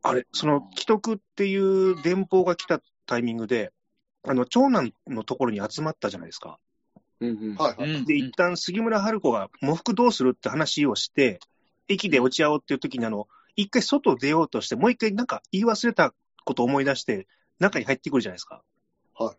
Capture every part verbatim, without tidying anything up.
あれ、その既得っていう電報が来たタイミングで、あの長男のところに集まったじゃないですか。 うんうんはいはい。 で、一旦杉村春子が喪服どうするって話をして、駅で落ち合おうっていう時に、あの、一回外出ようとして、もう一回なんか言い忘れたことを思い出して、中に入ってくるじゃないですか。 はい。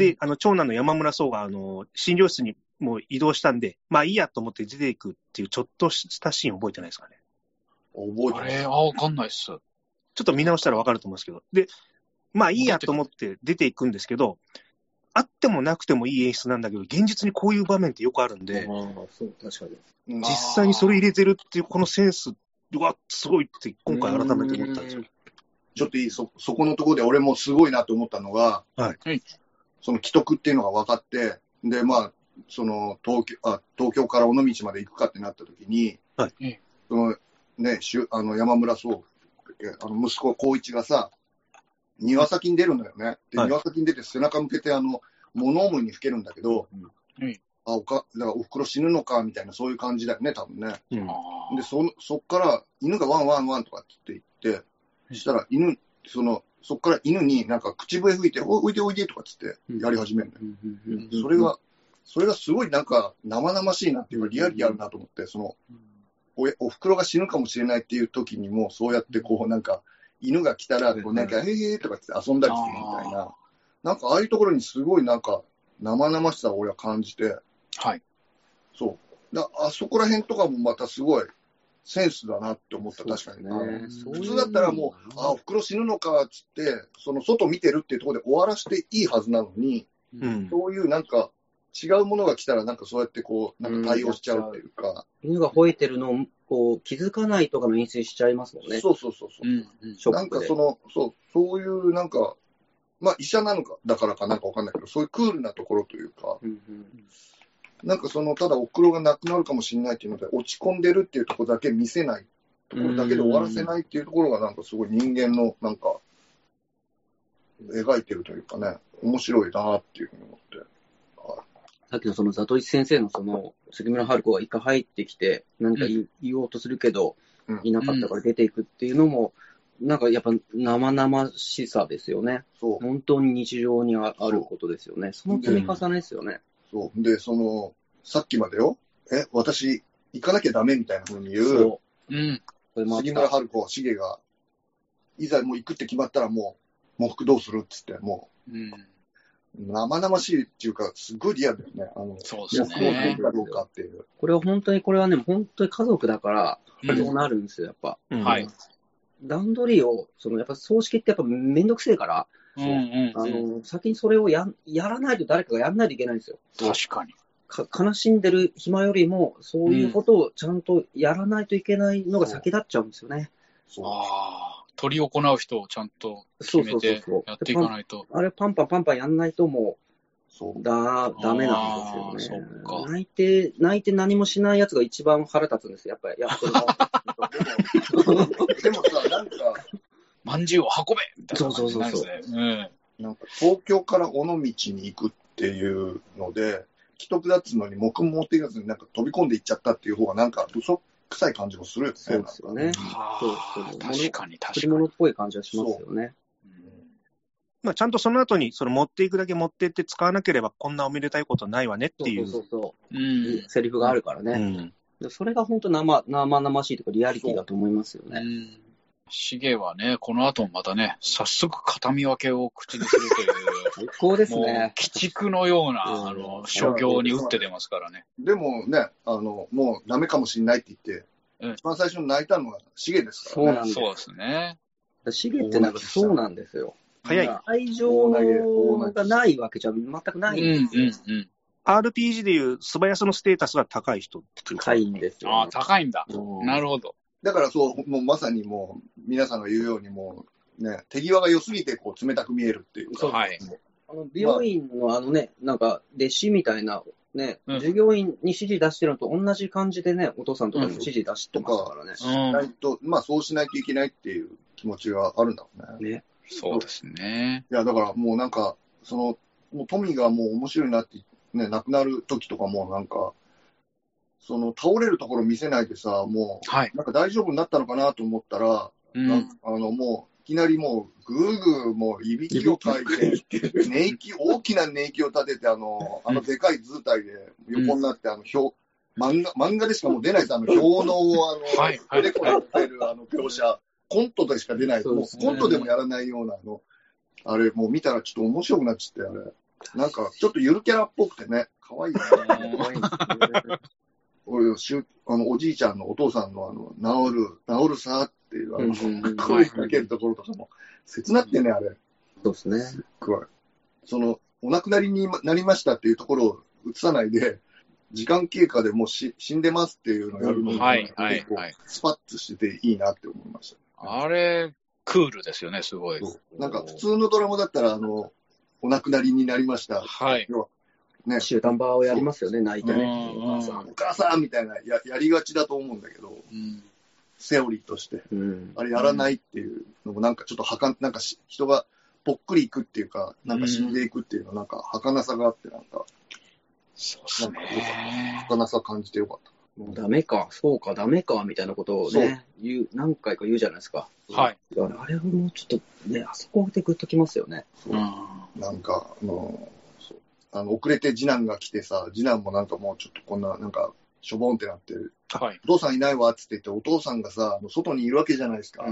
で、あの、長男の山村壮が、あの、診療室にもう移動したんで、まあいいやと思って出ていくっていう、ちょっとしたシーン覚えてないですかね。 覚えてない。 あれ、あ、わかんないっす。 ちょっと見直したらわかると思うんですけど。で、まあいいやと思って出ていくんですけど、あってもなくてもいい演出なんだけど、現実にこういう場面ってよくあるんで、 ああ、そう、確かに。 うん実際にそれ入れてるっていうこのセンスはすごいって今回改めて思ったんですよ。 ちょっといい、そ、そこのところで俺もすごいなと思ったのが、 はい。 その既得っていうのが分かって、で、まあ、その東京、あ、東京から尾道まで行くかってなった時に、 はい。 そのね、しゅあの山村壮、あの息子光一がさ、庭先に出るんだよね。で、 はい庭先に出て背中向けて、あの、物思いにふけるんだけど、 うんあ、おか、だからお袋死ぬのか、みたいな、そういう感じだよね、多分ね。 うん。 あで、そ、そっから、犬がワンワンワンとかって言って、したら、犬、その、そっから犬になんか口笛吹いて、おおいでおいでとかっつってやり始めるのよ。それが、それがすごいなんか生々しいなっていうか、リアリティあるなと思って、その、お、お袋が死ぬかもしれないっていう時にも、そうやってこう、なんか、犬が来たら、こう、なんか、へーへーとかって遊んだりするみたいな、なんか、ああいうところにすごいなんか、生々しさを俺は感じて、 はい。 そう。だあそこら辺とかもまたすごいセンスだなって思った、確かに。 ね、 普通だったらもう、あ、お袋死ぬのかっつって、その外見てるっていうところで終わらせていいはずなのに、 うん。 そういうなんか、違うものが来たらなんかそうやってこう、なんか対応しちゃうっていうか。 犬が吠えてるのをこう気づかないとかの演出しちゃいますもんね。 そうそうそうそう。 うんうん、 なんかその、そう、そういうなんか、まあ医者なのか、だからかなんかわかんないけど、そういうクールなところというか、 うんうん、 なんかその、ただお袋がなくなるかもしれないっていうので、落ち込んでるっていうところだけ見せない、ところだけで終わらせないっていうところがなんかすごい人間のなんか、描いてるというかね、面白いなっていうふうに思って。 さっきのその里石先生のその杉村春子が一回入ってきて何か 言,、うん、言おうとするけど、うん、いなかったから出ていくっていうのも、うん、なんかやっぱ生々しさですよね。そう。本当に日常にあることですよね。その積み重ねですよね。 そう。で、その、さっきまでよ、え、私行かなきゃダメみたいな風に言う、そう。うん。杉村春子、しげが、いざもう行くって決まったらもう、喪服どうするっつって、もう、うん生々しいっていうか、すごいリアルだよね。あの、 そうですね。 かどうかっていう。 これは本当に、これはね、本当に家族だから、そうなるんですよ、やっぱ。 うん、はい。 段取りを、その、やっぱ葬式ってやっぱめんどくせえから、 うんうんうん、 あの、先にそれをや、やらないと誰かがやらないといけないんですよ。 確かに。 か悲しんでる暇よりも、そういうことをちゃんとやらないといけないのが先立っちゃうんですよね。 そうああ。取り行う人をちゃんと決めてやっていかないと。そうそうそうあれパンパンパンパンやんないともう、そうだ、ダメなんですよね。そっか。泣いて、泣いて何もしないやつが一番腹立つんですよ、やっぱり。やってるでもさ、なんか、 まんじゅうを運べみたいな感じなんですね。 そうそうそうそう、うん。なんか東京から尾道に行くっていうので、既得だっつうのに木も持っていかずになんか飛び込んでいっちゃったっていう方がなんか嘘臭い感じもするよね。 そうですよね。 そうそう確かに確かに。 釣り物っぽい感じはしますよね。 まあ、ちゃんとその後にその持っていくだけ持っていって使わなければこんなおめでたいことないわねっていう。 そうそうそう、うん、セリフがあるからね。うん、それが本当生、生々しいというかリアリティだと思いますよね。 シゲはね、この後もまたね、早速片見分けを口にするという。 最高ですね。 もう、鬼畜のような、あの、所業に打って出ますからね。 でもね、あの、もうダメかもしれないって言って、うん、一番最初に泣いたのはシゲですからね。 そうなんです。 そうですね。 シゲってなんかそうなんですよ。 早い。 愛情がないわけじゃ全くないんですよ。うんうんうん、 アールピージー でいう素早さのステータスが高い人っていう。 高いんですよ、ね。 ああ、高いんだ。なるほど。 だからそう、もうまさにもう、皆さんが言うようにもう、ね、手際が良すぎて、こう、冷たく見えるっていうか。 そう、はい。あの、美容院のあのね、まあ、なんか、弟子みたいな、ね、うん、従業員に指示出してるのと同じ感じでね、お父さんとかにも指示出してますからね。 うん、ないと、まあ、そうしないといけないっていう気持ちがあるんだろうね。 ね。 そうですね。 いや、だからもうなんか、その、もう富がもう面白いなって、ね、亡くなる時とかもなんか、その倒れるところ見せないでさ、もう、はい、なんか大丈夫になったのかなと思ったら、 うん、 あの、もう、いきなりもう、ぐーぐー、もう、いびきをかいて、寝息、大きな寝息を立てて、あの、あのでかい図体で横になって、あの、表、漫画、漫画でしかもう出ないです。あの、氷のを、あの、 はい、はい。 でこに乗ってる、あの、描写、コントでしか出ない。もう、コントでもやらないような、あの、あれ、もう見たらちょっと面白くなっちゃって、あれ。なんか、ちょっとゆるキャラっぽくてね、かわいいね。かわいいですね。俺、しゅあの、おじいちゃんのお父さんの、あの、治る、治るさっていう、あの、声かけるところとかも、切なってね、あれ。 そうですね。 すっごい。その、お亡くなりになりましたっていうところを映さないで、時間経過でもうし死んでますっていうのをやるのが、 はいはいはい、 スパッツしてていいなって思いました。 あれ、クールですよね、すごい。 なんか普通のドラマだったら、あの、お亡くなりになりました。 はい。 ね、集団場をやりますよね、泣いてね。 お母さん、お母さんみたいなや、やりがちだと思うんだけど、うん、セオリーとして、うん、あれやらないっていうのもなんかちょっとはかん、なんか人がぽっくりいくっていうか、なんか死んでいくっていうのはなんか儚さがあって、なんか、 そうっすね。儚さ感じてよかった。 もうダメか、そうか、ダメか、みたいなことをね、言う、何回か言うじゃないですか。 はい。 あれをもうちょっとね、あそこでグッときますよね。 そう。うん、なんか、あの、あの、遅れて次男が来てさ、次男もなんかもうちょっとこんな、なんか、しょぼんってなってる。 はい。 お父さんいないわっつって言って、お父さんがさ、外にいるわけじゃないですか。うんうん、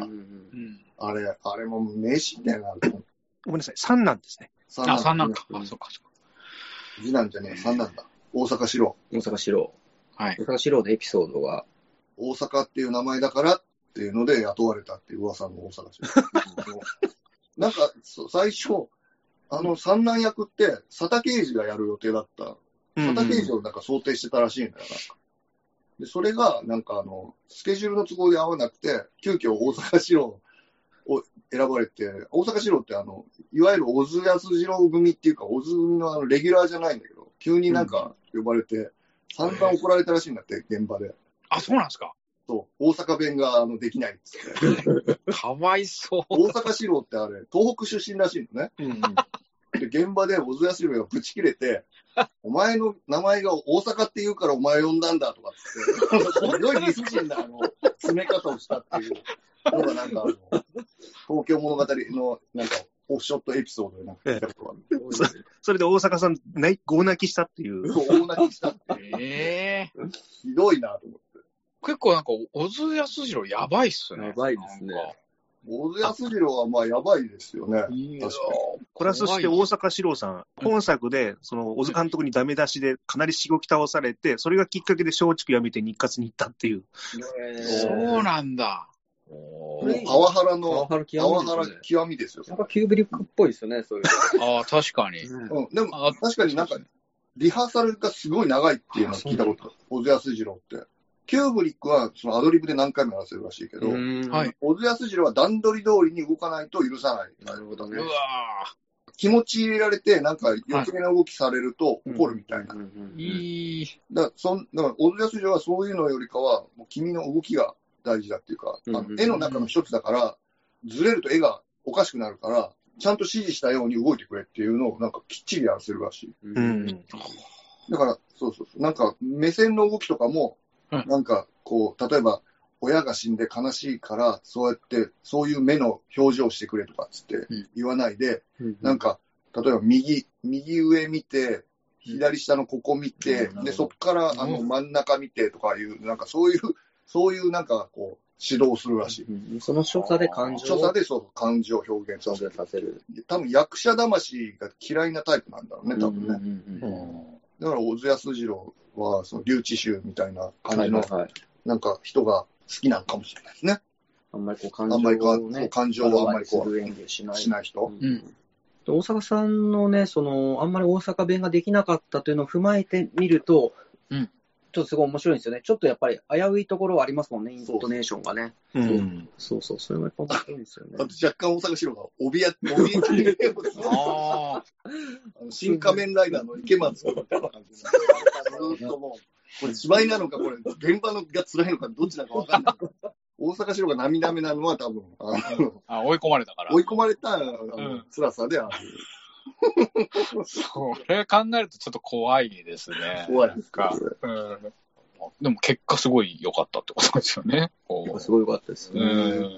あれ、あれも名シーンだよな。 ごめんなさい、三男ですね。 三男。あ、三男か。あ、そっかそっか。 次男じゃねえ、三男だ。大阪四郎。 大阪四郎。 はい。 大阪四郎のエピソードは、 大阪っていう名前だからっていうので雇われたっていう噂の大阪四郎。なんか、最初、あの三男役って、佐田啓二がやる予定だった。佐田啓二をなんか想定してたらしいんだよ、なんか。で、それが、なんかあの、スケジュールの都合で合わなくて、急遽大阪四郎を選ばれて、大阪四郎ってあの、いわゆる小津安二郎組っていうか、小津組のあの、レギュラーじゃないんだけど、急になんか呼ばれて、散々怒られたらしいんだって、現場で。 あ、そうなんですか？ そう、大阪弁があのできないっつって。 かわいそう。 大阪四郎ってあれ、東北出身らしいのね。うんうんで、現場で小津安二郎がブチ切れて、お前の名前が大阪って言うからお前呼んだんだとかってって、すごい理不尽なあの詰め方をしたっていうのがなんかあの、東京物語のなんかオフショットエピソードでなんか聞いたことがある。 そ, それで大阪さん、大泣きしたっていう。 そう、大泣きしたっていう。 えー、 ひどいなと思って。 結構なんか、小津安二郎やばいっすね。 やばいですね。 小津安二郎はまあやばいですよね。確かに。 プラスして大阪四郎さん、本作で、その、小津監督にダメ出しでかなりしごき倒されて、それがきっかけで松竹辞めて日活に行ったっていう。 そうなんだ。 パワハラの、パワハラ極みですよ。 なんかキューブリックっぽいですよね、そういう。 ああ、確かに。 うん。でも、確かになんか、リハーサルがすごい長いっていうのを聞いたことある。小津安二郎って。キューブリックはそのアドリブで何回もやらせるらしいけど、小津安二郎は段取り通りに動かないと許さない。 なるほどね。 うわ気持ち入れられて、なんか余計な動きされると怒るみたいな。 いい。 だから、そん、だから小津安二郎はそういうのよりかは、もう君の動きが大事だっていうか、あの絵の中の一つだから、ずれると絵がおかしくなるから、ちゃんと指示したように動いてくれっていうのをなんかきっちりやらせるらしい。 うん、 だから、そうそうそう。なんか目線の動きとかも、なんか、こう、例えば、親が死んで悲しいから、そうやって、そういう目の表情をしてくれとかっつって言わないで、うん、なんか、例えば右、右上見て、左下のここ見て、うん、で、そっから、あの、真ん中見てとかいう、なんかそういう、そういうなんか、こう、指導するらしい。 うん、その所作で感情を。所作でそう、感情を表現させる。させる多分、役者魂が嫌いなタイプなんだろうね、多分ね。うんうんうん、だから、小津安二郎は、その、笠智衆みたいな感じの、はいはいはい、なんか人が好きなのかもしれないですね。 あんまりこう感情を、ね、あんまりこう感情をあんまりこう演技しない。 しない人、 うん。大阪さんのね、その、あんまり大阪弁ができなかったというのを踏まえてみると、うん、ちょっとすごい面白いんですよね。ちょっとやっぱり危ういところはありますもんね、イントネーションがね。 そうそう、うん、 そうそう、それもやっぱ面白いんですよね。 あと若干大阪城が怯え、怯えてる。あ新仮面ライダーの池松みたいな感じで。ずっともう、これ芝居なのか、これ現場のが辛いのか、どっちなのかわかんない。大阪城が涙目なのは多分、あのあ追い込まれたから。 追い込まれたあの、うん、辛さである。 それ考えるとちょっと怖いですね。 怖いですか、うん。でも結果すごい良かったってことですよね。 すごい良かったですね。うん、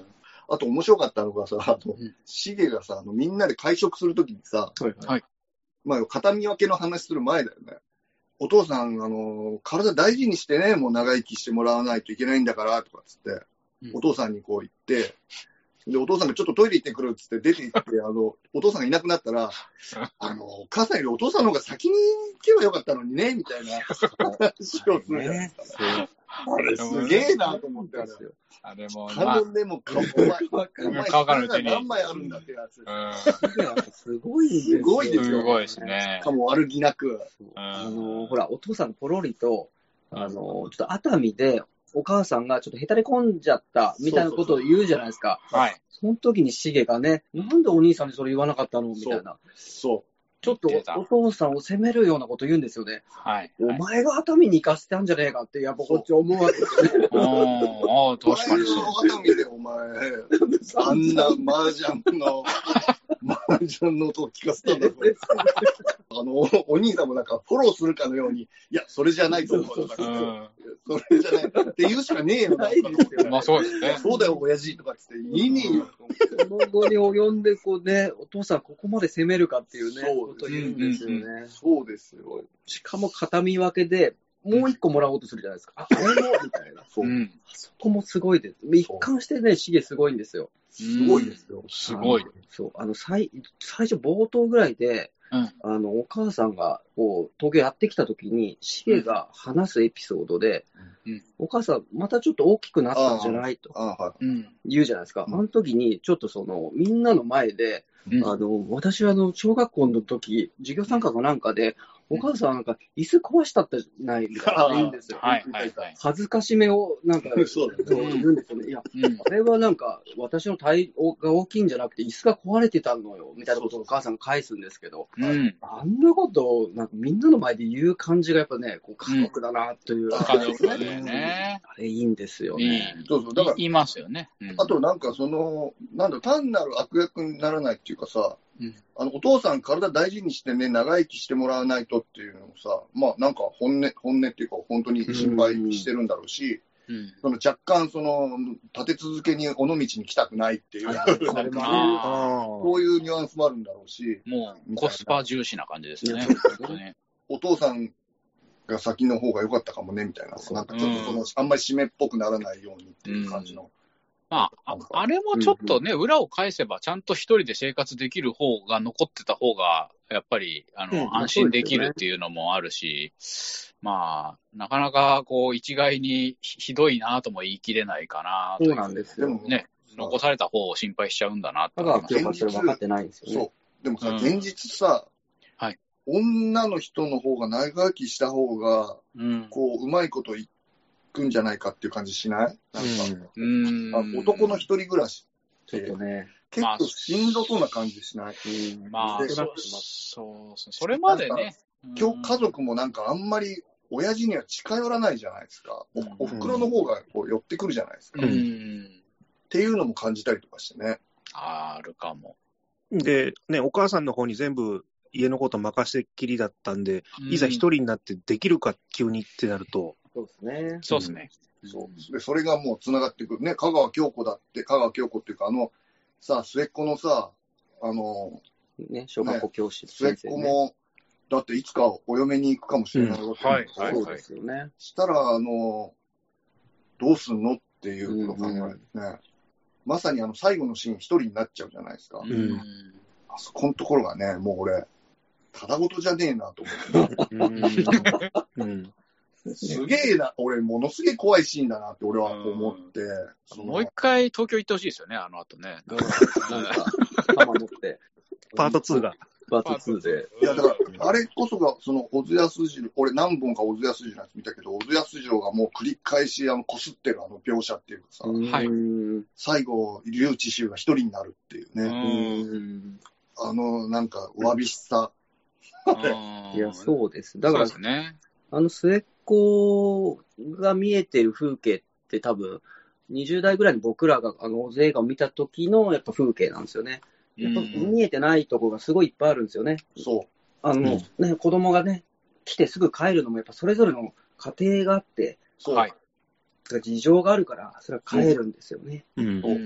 あと面白かったのがさ、あの、シゲがさ、あの、みんなで会食するときにさ、 はい。 まあ、形見分けの話する前だよね。お父さん、あの、体大事にしてね、もう長生きしてもらわないといけないんだから、とかっつって、うん、お父さんにこう言って、で、お父さんがちょっとトイレ行ってくるっつって出て行って、あの、お父さんがいなくなったら、あの、母さんよりお父さんの方が先に行けばよかったのにね、みたいな話をするじゃないですか。あれすげえなと思ってあれ。 あれも、 まあ、あのね、もう、お前、お前、 顔から何枚あるんだってやつ。 すごいんですよ。 すごいですよ。 すごいですね。 しかも悪気なく。 あの、ほら、お父さんポロリと、あの、ちょっと熱海で、お母さんがちょっとへたれ込んじゃったみたいなことを言うじゃないですか。 はい。 その時にシゲがね、なんでお兄さんにそれ言わなかったのみたいな。 そう。 ちょっとお父さんを責めるようなこと言うんですよね。 はい。 お前が熱海に行かせてたんじゃねえかって、やっぱこっち思うわけですよね。 ああ、確かにそう。 熱海でお前、あんな麻雀の、麻雀の音を聞かせたんだぞ。あの、お兄さんもなんかフォローするかのように、いや、それじゃないと思う。それじゃない。って言うしかねえよ。 ないですよ。 まあそうですね。 そうだよ、親父とかって言いねえよ。 その後に及んで、こうね、お父さんここまで責めるかっていうね、ことを言うんですよね。 そうですよ。 しかも形見分けで、もう一個もらおうとするじゃないですか。あ、あれもみたいな。 そう。 そこもすごいです。一貫してね、シゲすごいんですよ。 すごいですよ。 すごい。 そう。あの、最、最初冒頭ぐらいで、うん、あの、お母さんが、こう、東京やってきた時に、シゲが話すエピソードで、うん、お母さん、またちょっと大きくなったんじゃないと、言うじゃないですか。あの時に、ちょっとその、みんなの前で、うん、あの、私はあの、小学校の時、授業参加かなんかで、お母さんなんか、椅子壊したってないみたいな言うんですよ。 はいはいはい、 恥ずかしめを、なんか、そう言うんですよね。いや、うん、あれはなんか、私の体が大きいんじゃなくて、椅子が壊れてたのよ、みたいなことをお母さんが返すんですけど、うん、あんなことを、なんかみんなの前で言う感じがやっぱね、こう家族だな、という、うん。 家族だね。 あれいいんですよね。 いいそうそう、だから。 言いますよね。 うん、あとなんかその、なんだ、単なる悪役にならないっていうかさ、うん、あのお父さん体大事にしてね、長生きしてもらわないとっていうのをさ、まあなんか本音、本音っていうか本当に心配してるんだろうし、うん、その若干その立て続けに尾道に来たくないっていう、そういうニュアンスもあるんだろうし、 もうコスパ重視な感じですね。 お父さんが先の方が良かったかもねみたいな、なんかちょっとその、うん、あんまり締めっぽくならないようにっていう感じの。うんまあ、あれもちょっとね、うんうん、裏を返せば、ちゃんと一人で生活できる方が残ってた方が、やっぱり、あの、うん、安心できるっていうのもあるし、まあ、なかなか、こう、一概にひどいなとも言い切れないかなという。 そうなんですよ。 ね、残された方を心配しちゃうんだなって。 だから、現実分かってないんですよね。 そう。でもさ、うん、現実さ、 はい。 女の人の方が長生きした方が、うん、こう、うまいこと言って、くんじゃないかっていう感じしない？なんか、うんあ男の一人暮らしちょっとね、 結構しんどそうな感じしない？ うんまあ、そうそう、それまでね。 今日家族もなんかあんまり親父には近寄らないじゃないですか。お, お袋の方がこう寄ってくるじゃないですか、うん。っていうのも感じたりとかしてね。 あるかも。 で、ね、お母さんの方に全部家のこと任せっきりだったんで、うん、いざ一人になってできるか急にってなると、 そうですね。 そうですね。 そうでそれがもう繋がってくるね。香川京子だって、香川京子っていうか、あの、さ、末っ子のさ、あの、 ね、小学校教師、 ね、末っ子も、だっていつかお嫁に行くかもしれないわけ、 うん、はい、はい、 そうですよね。 したら、あの、どうすんのっていうことを考えてね、うんうん、まさにあの最後のシーン一人になっちゃうじゃないですか。うん、あそこのところがね、もう俺、ただごとじゃねえなと思って、ね。うんすげえな、俺、ものすげえ怖いシーンだなって俺は思って。 うん、もう一回東京行ってほしいですよね、あの後ね。 なんか、玉持って。 パートツーが。 パートツーで。 いや、だから、あれこそが、その、小津安二郎、俺何本か小津安二郎のやつ見たけど、小津安二郎がもう繰り返し、あの、こすってるあの描写っていうかさ、 はい、 最後、劉智秋が一人になるっていうね。うんあの、なんか、わびしさ。 いや、そうです。だから、 そうですね、 あの末っ子が見えてる風景って多分、にじゅう代ぐらいに僕らがあの映画を見た時のやっぱ風景なんですよね。やっぱ見えてないところがすごいいっぱいあるんですよね。 そう。 あの、うん、ね、子供がね、来てすぐ帰るのもやっぱそれぞれの家庭があって、 そう。はい。 事情があるから、それは帰るんですよね。 うん。うん、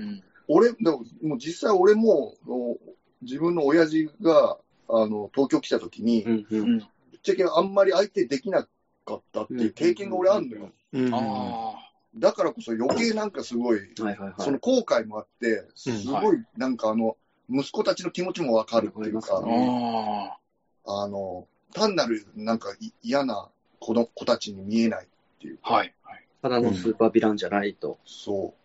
俺、でも、もう実際俺も、自分の親父が、あの、東京来た時に、うんうん、ぶっちゃけあんまり相手できなかったっていう経験が俺あるのよ。うんうん、あだからこそ余計なんかすごい、はいはいはい、その後悔もあって、すごいなんかあの、息子たちの気持ちもわかるっていうか、あ, あの、単なるなんか嫌な子の子たちに見えないっていうか、はいはい、 ただのスーパーヴィランじゃないと。 うん、そう。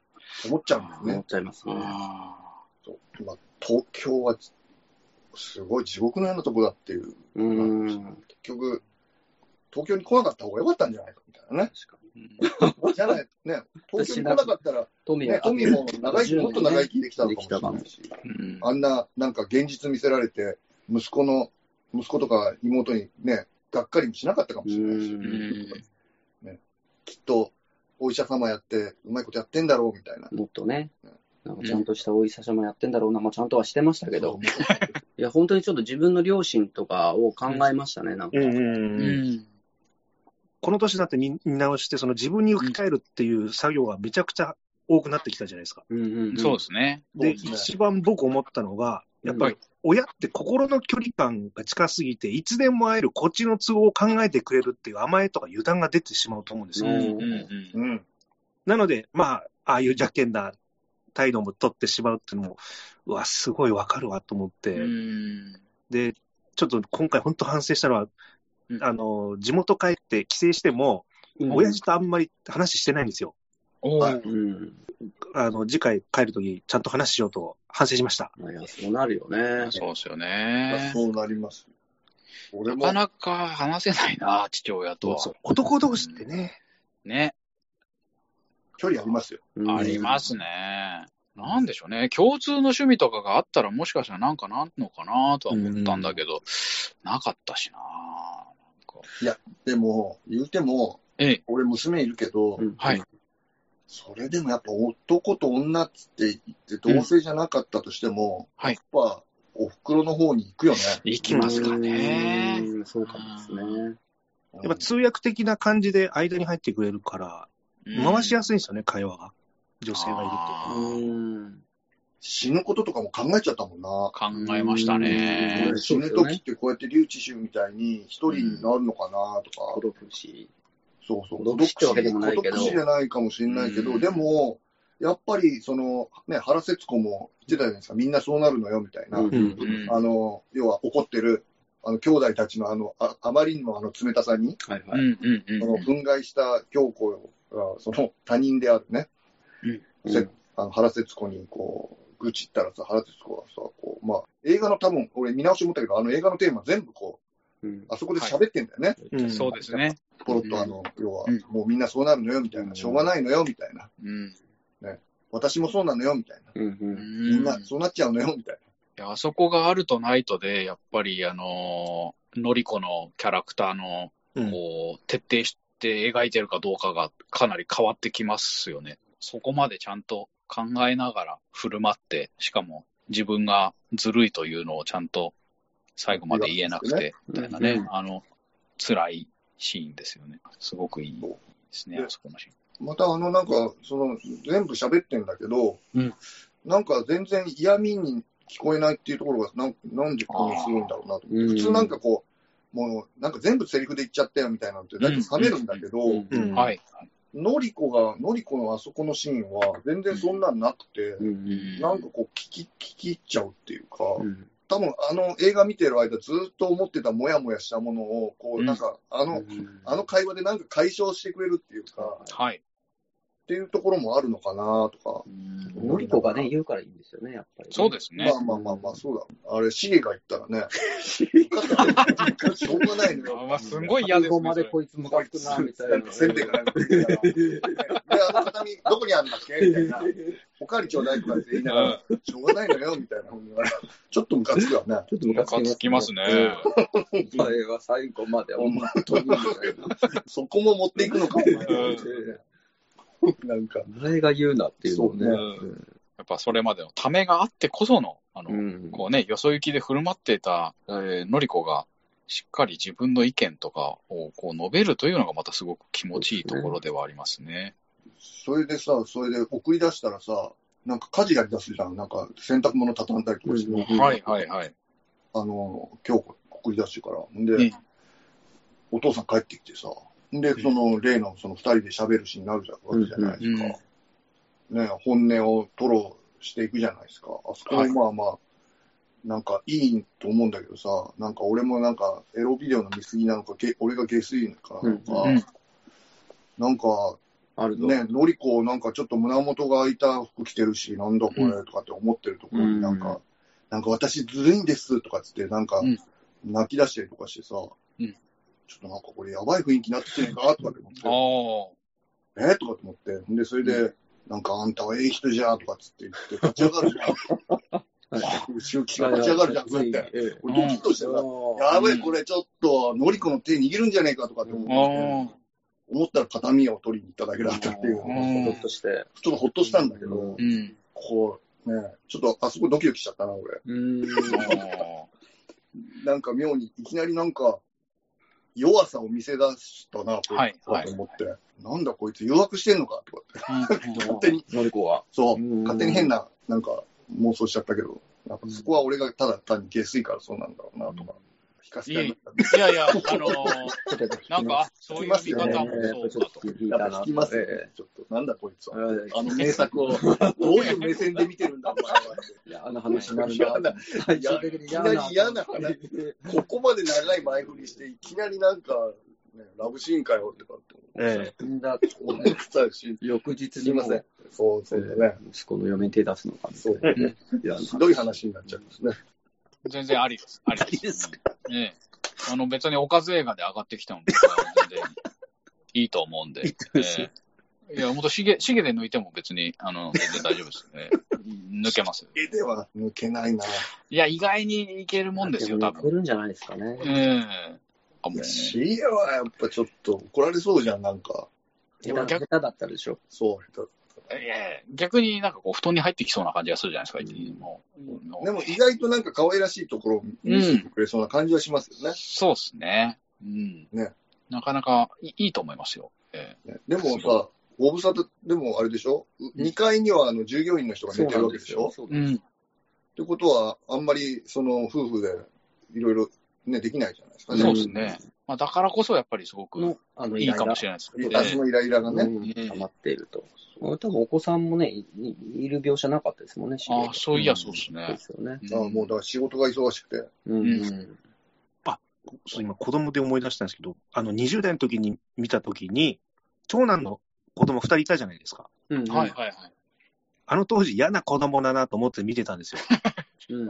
思っちゃうんだよね。 思っちゃいますね。 そうまあ、東京は、すごい地獄のようなとこだっていう。うん結局、東京に来なかった方が良かったんじゃないかみたいなね。確かに。じゃない、ね、東京に来なかったら、富、ね、富も長生き、もっと長生きできたのかもしれないし、うん、あんな、なんか現実見せられて、息子の、息子とか妹にね、がっかりもしなかったかもしれないし、ね、きっと、お医者様やって、うまいことやってんだろうみたいな。 もっとね。ねなんかちゃんとしたお医者様やってんだろうな、まあ、ちゃんとはしてましたけど、いや、本当にちょっと自分の両親とかを考えましたね、なんか。うんうんこの年になって見直して、その自分に置き換えるっていう作業がめちゃくちゃ多くなってきたじゃないですか。 うんうんうん、そうですね。 で、一番僕思ったのが、やっぱり親って心の距離感が近すぎて、いつでも会えるこっちの都合を考えてくれるっていう甘えとか油断が出てしまうと思うんですよ。うんうんうん、なので、まあ、ああいう邪険な態度も取ってしまうっていうのも、うわ、すごいわかるわと思って、うんで、ちょっと今回本当反省したのは、あの、地元帰って帰省しても、うん、親父とあんまり話してないんですよ。うん、あの次回帰るとき、ちゃんと話しようと反省しました。 いや、そうなるよね。 そうですよね。 そうなります。 俺もなかなか話せないな、父親とは。そうそう男同士ってね。 うん、ね。 距離ありますよ。 ありますね。なんでしょうね。共通の趣味とかがあったらもしかしたらなんかなんのかなとは思ったんだけど、うん、なかったしな。 いや、でも、言うても、ええ、俺娘いるけど、うん、はい。それでもやっぱ男と女って言って同性じゃなかったとしても、うん、やっぱお袋の方に行くよね。 行きますかね。 うんそうかもですね。 やっぱ通訳的な感じで間に入ってくれるから、回しやすいんですよね、会話が。女性がいると。うん死ぬこととかも考えちゃったもんな。 考えましたね。 死ぬ時ってこうやってリュウチシュみたいに一人になるのかなとか。 孤独死。 そうそう。 孤独死ってわけでもないけど。 孤独死じゃないかもしれないけど、でも、やっぱり、その、ね、原節子も言ってたじゃないですか。みんなそうなるのよ、みたいな。うんうん、あの、要は怒ってる、あの、兄弟たちのあの、あ, あまりにもあの冷たさに、はいはい。その、憤慨した京子が、その他人であるね。うんうん、あの原節子に、こう、愚痴ったらさ、原節子がさ、こう、まあ、映画の多分、俺見直し思ったけど、あの映画のテーマ全部こう、うん、あそこで喋ってんだよね。 はいうん、そうですね。 ポロッとあの、うん、要は、もうみんなそうなるのよ、みたいな、しょうがないのよ、みたいな。うんね、私もそうなのよ、みたいな、うんうん。みんなそうなっちゃうのよ、みたいな。いや、あそこがあるとないとで、やっぱり、あの、のりこのキャラクターの、こう、徹底して描いてるかどうかがかなり変わってきますよね。そこまでちゃんと考えながら振る舞って、しかも自分がずるいというのをちゃんと最後まで言えなくて、みたいなね、うん、あの、辛いシーンですよね。すごくいいですね、あそこのシーン。 またあの、なんか、その、全部喋ってんだけど、うん、なんか全然嫌味に聞こえないっていうところが、なんなんでこうするんだろうなと思って、普通なんかこう、もう、なんか全部セリフで言っちゃったよみたいなのって、だいたい冷めるんだけど、はい。のりこが、のりこのあそこのシーンは全然そんなんなくて、うん、なんかこう聞き、聞き入っちゃうっていうか、うん、多分あの映画見てる間ずっと思ってたモヤモヤしたものを、こうなんかあの、うん、あの会話でなんか解消してくれるっていうか、はい。っていうところもあるのかなとか。 のりこがね、言うからいいんですよね、やっぱり、ね。 そうですね。 まあまあまあまあ、そうだ。あれ、シゲが言ったらね。しょうがないのよ。 まあ、すごい嫌ですね。 までこいつムカつくな、みたいな。 せんべいがないので、あの畳、どこにあるんだっけみたいな。おかわりちょうだいとかって言いながら、しょうがないのよ、みたいな。ちょっとムカつくわね。 ちょっとムカつきますね。 お前は最後まで、本当に。 そこも持っていくのかもね。なんか。 誰が言うなっていうのね。 やっぱそれまでのためがあってこその、あの、うん、こうね、よそ行きで振る舞っていた、えー、のりこが、しっかり自分の意見とかをこう述べるというのがまたすごく気持ちいいところではありますね。 それでさ、それで送り出したらさ、 なんか家事やり出すじゃん。なんか洗濯物畳んだりとかして。 うん、はいはいはい。 あの、今日送り出してから。んで、うん、お父さん帰ってきてさ。んで、その例のその二人で喋るシーンになるじゃわけじゃないですか。うんうん、ね、本音を吐露していくじゃないですか。あそこもまあまあ、はい、なんかいいと思うんだけどさ、なんか俺もなんかエロビデオの見過ぎなのか、俺が下水かなのか、うんうん、なんか、あるね、のりこなんかちょっと胸元が開いた服着てるし、なんだこれとかって思ってるところになんか、うん、なんか私ずるいんですとかつって、なんか泣き出したりとかしてさ、うん、ちょっとなんかこれやばい雰囲気になってるかとかって思って、えー、とかって思って、で、それで、うん、なんかあんたはええ人じゃとかつって言って立ち上がるじゃん。後ろ気が立ち上がるじゃん、そうやって。俺ドキッとしてさ、やばいこれちょっとのりこの手握るんじゃねえかとかって思って、思ったら片身を取りに行っただけだったっていうのが、ほっとして、ちょっとほっとしたんだけど、うん、こう、ね、ちょっとあそこドキドキしちゃったな、俺。うんなんか妙に、いきなりなんか、弱さを見せ出したな、と思って、はいはい、なんだこいつ誘惑してんのかとかって、勝手に、のりこは。そう、勝手に変な、なんか妄想しちゃったけど、なんかそこは俺がただ単に下水からそうなんだろうな、とか。 いやいや、あのー、なんか、そういう見方もそうだと。 やっぱ聞きますよね。ちょっと、なんだこいつは。あの名作を、どういう目線で見てるんだ、お前は。いや、あの話になるな。いきなり嫌な話。ここまで長い前振りして、いきなりなんか、ね、ラブシーンかよってかって思って。思ったし、翌日にも、そうそうだね。息子の嫁に手出すのかみたいな。いや、ひどい話になっちゃいますね。 全然ありです。ありです。ね、あの別におかず映画で上がってきたので、全然いいと思うんで。いえー、いや、ほんと、しげ、しげで抜いても別に、あの、全然大丈夫ですね。抜けますよ。 しげでは抜けないな。 いや、意外にいけるもんですよ、多分。 抜けるんじゃないですかね。 うん。 あ、もう。しげはやっぱちょっと怒られそうじゃん、なんか。 下手だったでしょ。 そう、下手。 いや逆になんかこう布団に入ってきそうな感じがするじゃないですか、うん、もうでも意外となんか可愛らしいところを見せてくれそうな感じはしますよね。うん、 そうですね。うん。ね。なかなかいいと思いますよ。えーね、でもさ、ご無沙汰でもあれでしょ、うん、にかいにはあの従業員の人が寝てるわけでしょ。 そうなんですよ。 ってことは、あんまりその夫婦でいろいろね、できないじゃないですかね。 そうですね。まあ、だからこそやっぱりすごくいいかもしれないですね。 私のイライラがね、 溜まっていると。多分お子さんもね、い, いる描写なかったですもんね、 ああ、そういや、そうですね。 そうですよね。 ああ、もうだから仕事が忙しくて。うん。うん、 あ、そう、今子供で思い出したんですけど、あの、にじゅう代の時に見た時に、長男の子供ふたりいたじゃないですか。 うん、はいはいはい。 あの当時嫌な子供だなと思って見てたんですよ。うん、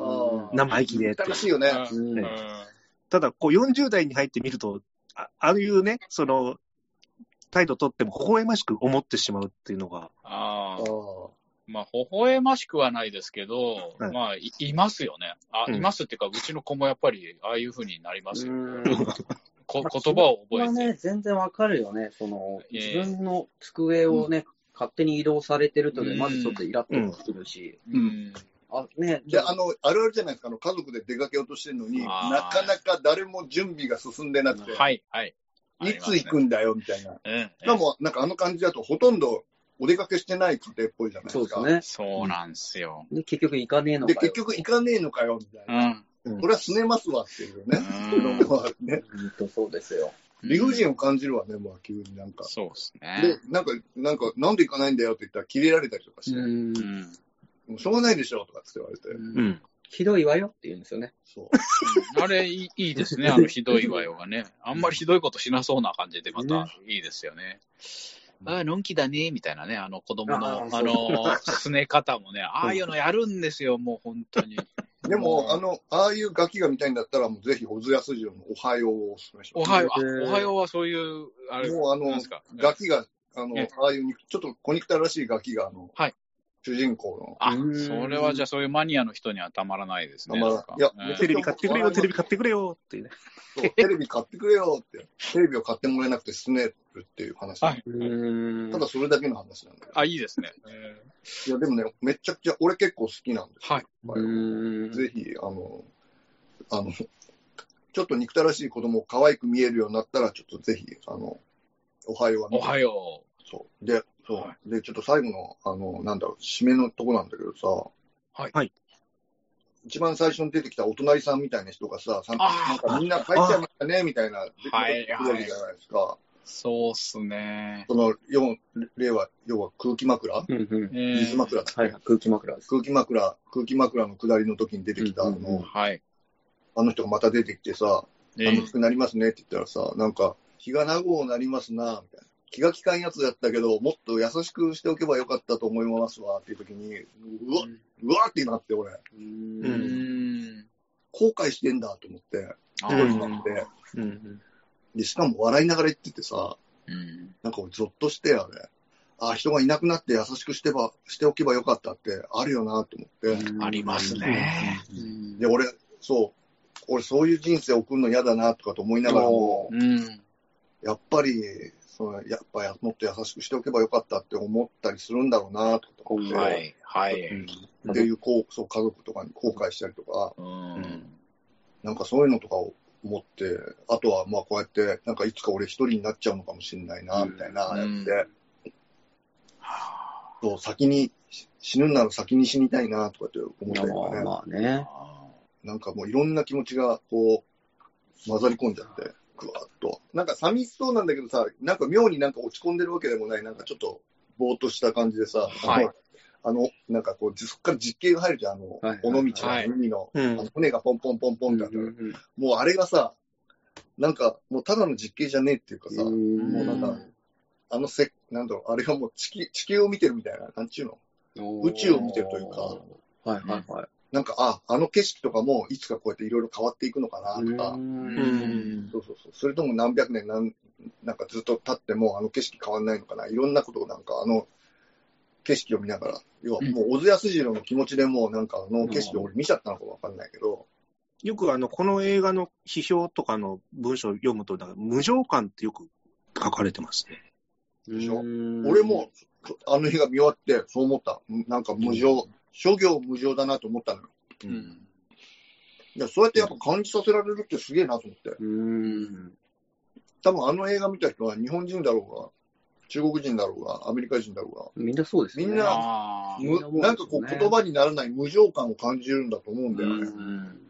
生意気でって。 楽しいよね。 うんね、ただ、こうよんじゅう代に入ってみると、あああいうね、その、態度取っても微笑ましく思ってしまうっていうのが。 ああ。まあ、微笑ましくはないですけど、はい、まあい、いますよね。あ、うん、いますっていうか、うちの子もやっぱり、ああいう風になりますよ。こ言葉を覚えて。 ね、全然わかるよね。その、えー、自分の机をね、うん、勝手に移動されてるとね、まずちょっとイラッとするし。うん。うんあね、で、あの、あるあるじゃないですか、あの、家族で出かけようとしてるのに、なかなか誰も準備が進んでなくて。 はい、はい。 いつ行くんだよ、みたいな。うん。でも、なんかあの感じだと、ほとんどお出かけしてない家庭っぽいじゃないですか。 そうですね。 そうなんですよ。 で、結局行かねえのかよ。 で、結局行かねえのかよ、みたいな。うん。これはすねますわっていうね。うん。 ね。本当そうですよ。 理不尽を感じるわね、もう急になんか。 そうですね。 で、なんか、なんか、なんで行かないんだよって言ったら、キレられたりとかして。うん。しょうがないでしょとかって言われて。 うん。ひどいわよって言うんですよね。 そう。 あれいい、いいですね、あのひどいわよがね。あんまりひどいことしなそうな感じでまたいいですよね。ああ、のんきだね、みたいなね、あの子供の、あ, あの、すね方もね、ああいうのやるんですよ、もう本当に。 でも、あの、ああいうガキが見たいんだったら、もうぜひ、小津安二郎のおはようをお勧めします。 おはよう、おはようはそういう、あれ、 もうあの、ガキが、あの、ああいう、ちょっと小憎たらしいガキが、あの、はい。主人公の。 あ、それはじゃあそういうマニアの人にはたまらないですね。 たまらない。いや、 えー、テレビ買ってくれよ、テレビ買ってくれよっていうね。 そう、テレビ買ってくれよって。テレビを買ってもらえなくてすねるっていう話。はい。ただそれだけの話なんだよ。 あ、いいですね。 えー、いや、でもね、めちゃくちゃ、俺結構好きなんですよ。はい。ぜひ、あの、あの、ちょっと憎たらしい子供を可愛く見えるようになったら、ちょっとぜひ、あの、おはようはおはよう。そう。で、 そう。で、ちょっと最後の、あの、なんだろう、締めのとこなんだけどさ、 はい。 はい。 一番最初に出てきたお隣さんみたいな人がさ、さなんかみんな帰っちゃいましたね、みたいな、出てくるじゃないですか。 そうっすね。 その、要例は、要は空気枕、 うんうん、 水枕、 はい、空気枕です。 空気枕、空気枕の下りの時に出てきた、うんうんうん、あの、 はい。 あの人がまた出てきてさ、楽しくなりますねって言ったらさ、なんか、気が長うなりますな、みたいな。気が利かんやつだったけど、もっと優しくしておけばよかったと思いますわ、っていう時に、うわ、うわってなって、俺。 うん。 後悔してんだと思って、一人になって、うん、で、しかも笑いながら言っててさ、うん、なんか俺ゾッとして、あれ。あ、人がいなくなって優しくしてば、しておけばよかったってあるよなと思って。 ありますね。 で、俺、そう、俺そういう人生送るの嫌だなとかと思いながらも、うん、やっぱり、そのやっぱもっと優しくしておけばよかったって思ったりするんだろうなとか思って。 はい、はい。 うん、っていう、こう、そう、家族とかに後悔したりとか、うん、なんかそういうのとかを思って、あとはまあこうやって、なんかいつか俺一人になっちゃうのかもしれないな、みたいな、やって、うん、そう、先に、死ぬなら先に死にたいな、とかって思ったりとかね。 まあね。 なんかもういろんな気持ちが、こう、混ざり込んじゃって、ぐわっと。なんか寂しそうなんだけどさ、なんか妙になんか落ち込んでるわけでもない、なんかちょっと、ぼーっとした感じでさ、はい、あの、なんかこう、そっから実景が入るじゃん、あの、はいはい、尾道の海の、はい、あの骨がポンポンポンポンってあって、うんうんうん、もうあれがさ、なんか、もうただの実景じゃねえっていうかさ、うもうなんか、あのせ、なんだろう、あれがもう地球、地球を見てるみたいな、なんちゅうの宇宙を見てるというか、 はいはいはい。 なんか、あ、あの景色とかもいつかこうやっていろいろ変わっていくのかなとか、うんそうそうそう。それとも何百年なん、なんかずっと経ってもあの景色変わんないのかな。いろんなことをなんかあの景色を見ながら、要はもう小津安二郎の気持ちでもうなんかあの景色を俺見ちゃったのかわかんないけど、 よくあの、この映画の批評とかの文章を読むと、だから無常感ってよく書かれてますね。 でしょ？俺もあの映画見終わってそう思った。なんか無常、諸行無常だなと思ったのよ。うん。いや、そうやってやっぱ感じさせられるってすげえなと思って。うん。多分あの映画見た人は日本人だろうが、中国人だろうが、アメリカ人だろうが。 みんなそうですね。 みんな、むなんかこう言葉にならない無常感を感じるんだと思うんだよね。うん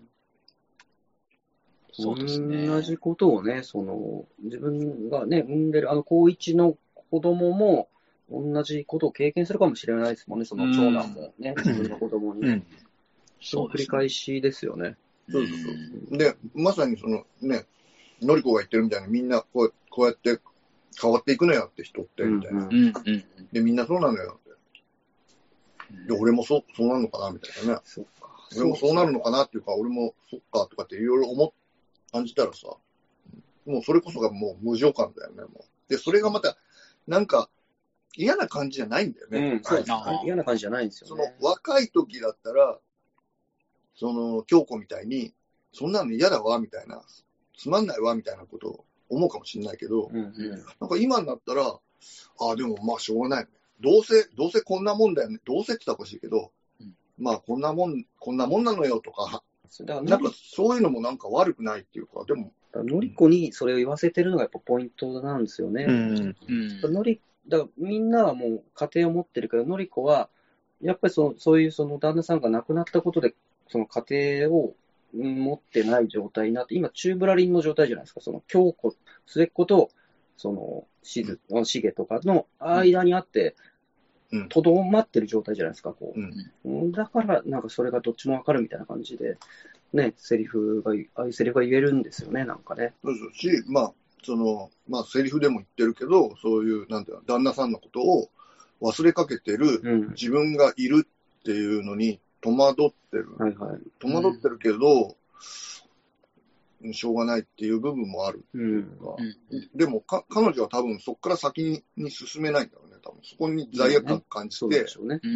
そうですね。同じことをね、その、自分がね、産んでる、あの、高一の子供も、同じことを経験するかもしれないですもんね、その長男もね、自分の子供にね。うん、その繰り返しですよね。 そうそうそう。で、まさにそのね、のりこが言ってるみたいにみんなこうこうやって変わっていくのよって人って、みたいな。うんうん、で、みんなそうなのよって。で、俺もそう、そうなるのかな、みたいなね。そっか。俺もそうなるのかなっていうか、俺もそっかとかっていろいろ思って、感じたらさ、もうそれこそがもう無常感だよね、もう。で、それがまた、なんか、嫌な感じじゃないんだよね。 うん、そうです。嫌な感じじゃないんですよね。 その、若い時だったら、その、京子みたいに、そんなの嫌だわ、みたいな、つまんないわ、みたいなことを思うかもしれないけど、うんうん、なんか今になったら、ああ、でもまあしょうがない、ね。どうせ、どうせこんなもんだよね。どうせって言ったらおかしいけど、うん、まあこんなもん、こんなもんなのよとか、だからなんかそういうのもなんか悪くないっていうか、でも。 のりこにそれを言わせてるのがやっぱポイントなんですよね。うんうん、のりだからみんなはもう家庭を持ってるけど、のりこはやっぱりそそういうその旦那さんが亡くなったことで、その家庭を持ってない状態になって、今、中ぶらりんの状態じゃないですか。その京子、末っ子と、そのしず、しげとかの間にあって、とどまってる状態じゃないですか、こう。うん、だから、なんかそれがどっちもわかるみたいな感じで、ね、セリフが、ああいうセリフが言えるんですよね、なんかね。 そうそうし、まあ、その、まあ、セリフでも言ってるけど、そういう、なんていうの、旦那さんのことを忘れかけてる、自分がいるっていうのに戸惑ってる。はいはい、戸惑ってるけど、うん、しょうがないっていう部分もあるっていうか。うん、でもか、彼女は多分そこから先に進めないんだろうね、多分。そこに罪悪感感じて。そうでしょうね。うん。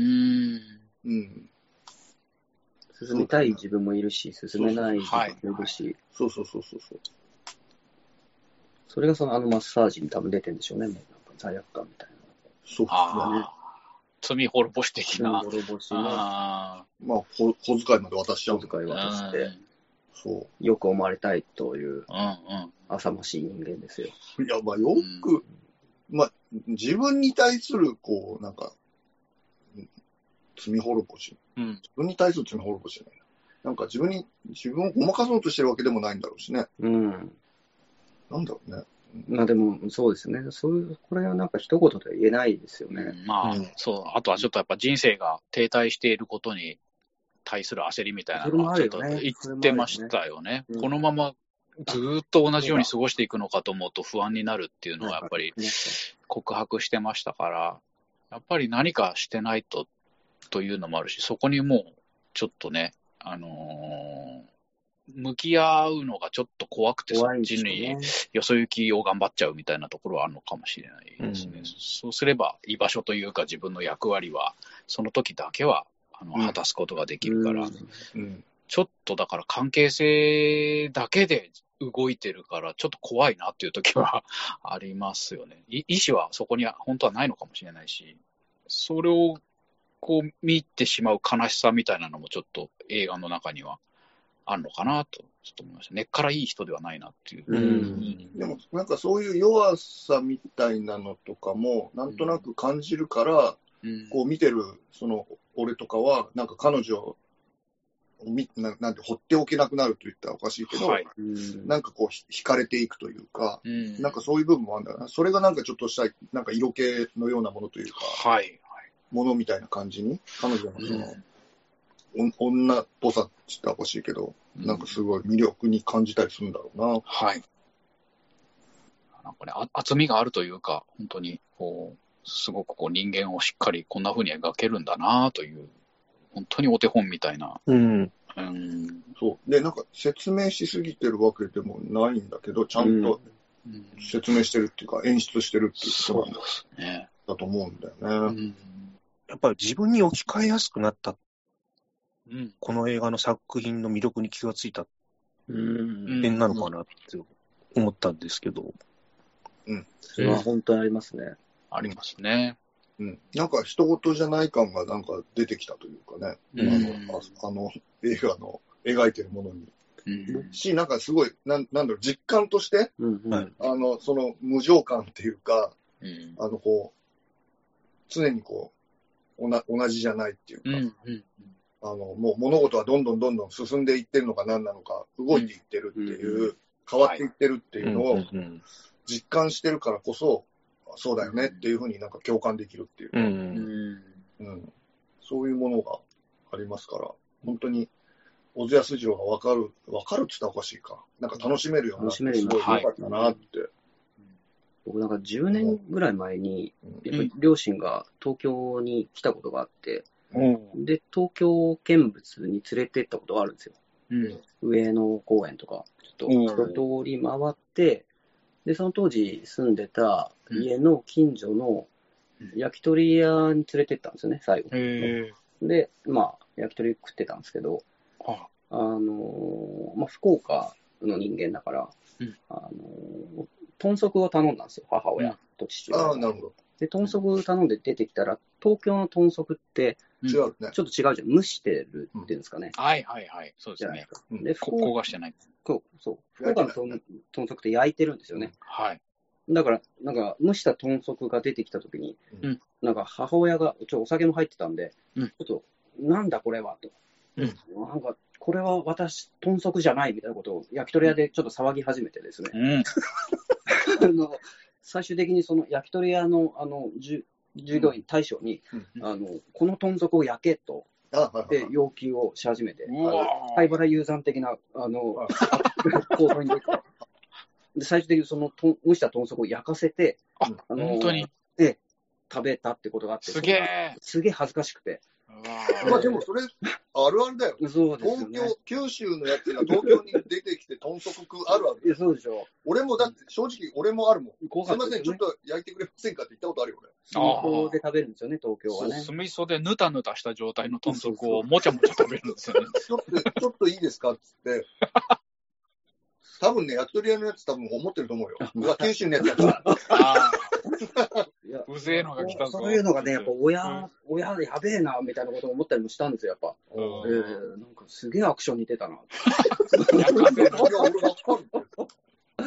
うん。進みたい自分もいるし、進めない自分もいるし。 そうそうそうそうそう。 それがそのあのマッサージに多分出てるんでしょうね。なんか罪悪感みたいな。 そうですね。 罪滅ぼし的な。 罪滅ぼしね。 あまあ、小遣いまで渡しちゃう。 小遣い渡して。そう。よく思われたいという、浅ましい人間ですよ。 いや、まあ、よく、 まあ、自分に対する、こう、なんか、罪滅ぼし。うん、自分に対する罪滅ぼしじゃないな。なんか自分に、自分をごまかそうとしてるわけでもないんだろうしね。うん。なんだろうね。 まあでも、そうですね。そういう、これはなんか一言では言えないですよね。 うん、まあ、うん、そう。あとはちょっとやっぱ人生が停滞していることに対する焦りみたいなのはちょっと言ってましたよね。このままずっと同じように過ごしていくのかと思うと不安になるっていうのはやっぱり告白してましたから、やっぱり何かしてないとというのもあるし、そこにもうちょっとね、あのー、向き合うのがちょっと怖くて、そっちによそ行きを頑張っちゃうみたいなところはあるのかもしれないですね。うん、そうすれば居場所というか自分の役割はその時だけはあの、うん、果たすことができるから、うんうん、ちょっとだから関係性だけで動いてるからちょっと怖いなっていう時はありますよね。意思はそこには本当はないのかもしれないし、それをこう見てしまう悲しさみたいなのもちょっと映画の中にはあるのかなとちょっと思いました。根っからいい人ではないなっていう。うん、 でもなんかそういう弱さみたいなのとかもなんとなく感じるから、うん、こう見てるその俺とかはなんか彼女をみ な, なんて放っておけなくなると言ったらおかしいけど、はい、なんかこう惹かれていくというか、うん、なんかそういう部分もあるんだな。それがなんかちょっとしたなんか色気のようなものというか。はいものみたいな感じに、彼女のその、うん、女っぽさって言ったらおかしいけど、うん、なんかすごい魅力に感じたりするんだろうな。はい。 なんかね、厚みがあるというか、本当に、こう、すごくこう人間をしっかりこんな風に描けるんだなという、本当にお手本みたいな。うん。 うん、そう。で、なんか説明しすぎてるわけでもないんだけど、ちゃんと説明してるっていうか、演出してるっていうことなんだ、ね、だと思うんだよね。うんやっぱり自分に置き換えやすくなった、うん、この映画の作品の魅力に気がついた点なのかなって思ったんですけど。 うん。それは本当にありますね。 ありますね。 うん。なんか人事じゃない感がなんか出てきたというかね。うん、あの、あの映画の描いてるものに。うん、し、なんかすごい、なん、なんだろう、実感として、うんうん、あの、その無情感っていうか、うん、あの、こう、常にこう、おな同じじゃないっていうか、うんうんうん、あのもう物事はどんどんどんどん進んでいってるのか何なのか動いていってるっていう、うんうん、変わっていってるっていうのを実感してるからこそ、そうだよねっていうふうになんか共感できるっていうか、うんうんうん、そういうものがありますから本当に小津安二郎が分かる分かるって言ったらおかしいかなんか楽しめるようになってすごい良かったなって。はい僕なんかじゅうねんぐらい前に、やっぱり両親が東京に来たことがあって、うん、で、東京見物に連れてったことがあるんですよ。うん、上野公園とか、ちょっと一通り回って、で、その当時住んでた家の近所の焼き鳥屋に連れてったんですよね、最後。で、まあ、焼き鳥食ってたんですけど、あの、まあ、福岡の人間だから、うん、あの、豚足を頼んだんですよ、母親と父親。 ああ、なるほど。 で、豚足頼んで出てきたら、東京の豚足って、 違うね。 ちょっと違うじゃん。蒸してるっていうんですかね。 うん、はいはいはい。そうですね。で、福岡、焦がしてない。 そう、そう。福岡の豚足って焼いてるんですよね。はい。だから、なんか、蒸した豚足が出てきたときに、うん、なんか母親が、ちょお酒も入ってたんで、うん、ちょっと、なんだこれはと。うん、なんか、これは私、豚足じゃないみたいなことを焼き鳥屋でちょっと騒ぎ始めてですね。うんあの最終的にその焼き鳥屋のあの従業員大将に、うん、あのこの豚足を焼けとで要求をし始めて、貝原雄山的なあの構造に出てで最終的にそのと蒸した豚足を焼かせて、 ああの本当にで食べたってことがあって、 すげえすげえ恥ずかしくて。 まあでもそれあるあるだよ。 そうですよね。 東京、九州のやつが東京に出てきて豚足食うあるある。 いや、そうでしょ。 俺もだって正直俺もあるもん。すみません、ちょっと焼いてくれませんかって言ったことあるよ俺。 酢味噌で食べるんですよね、東京はね。 酢味噌でぬたぬたした状態の豚足をもちゃもちゃ食べるんですよね。 ちょっと、ちょっといいですかっつって。多分ね、焼き鳥屋のやつ多分思ってると思うよ。うわ、九州のやつだから。あうぜえのが来たぞ。 そういうのがね、やっぱ親、うん、親やべえな、みたいなことを思ったりもしたんですよ、やっぱ。えー、なんかすげえアクションに出たな。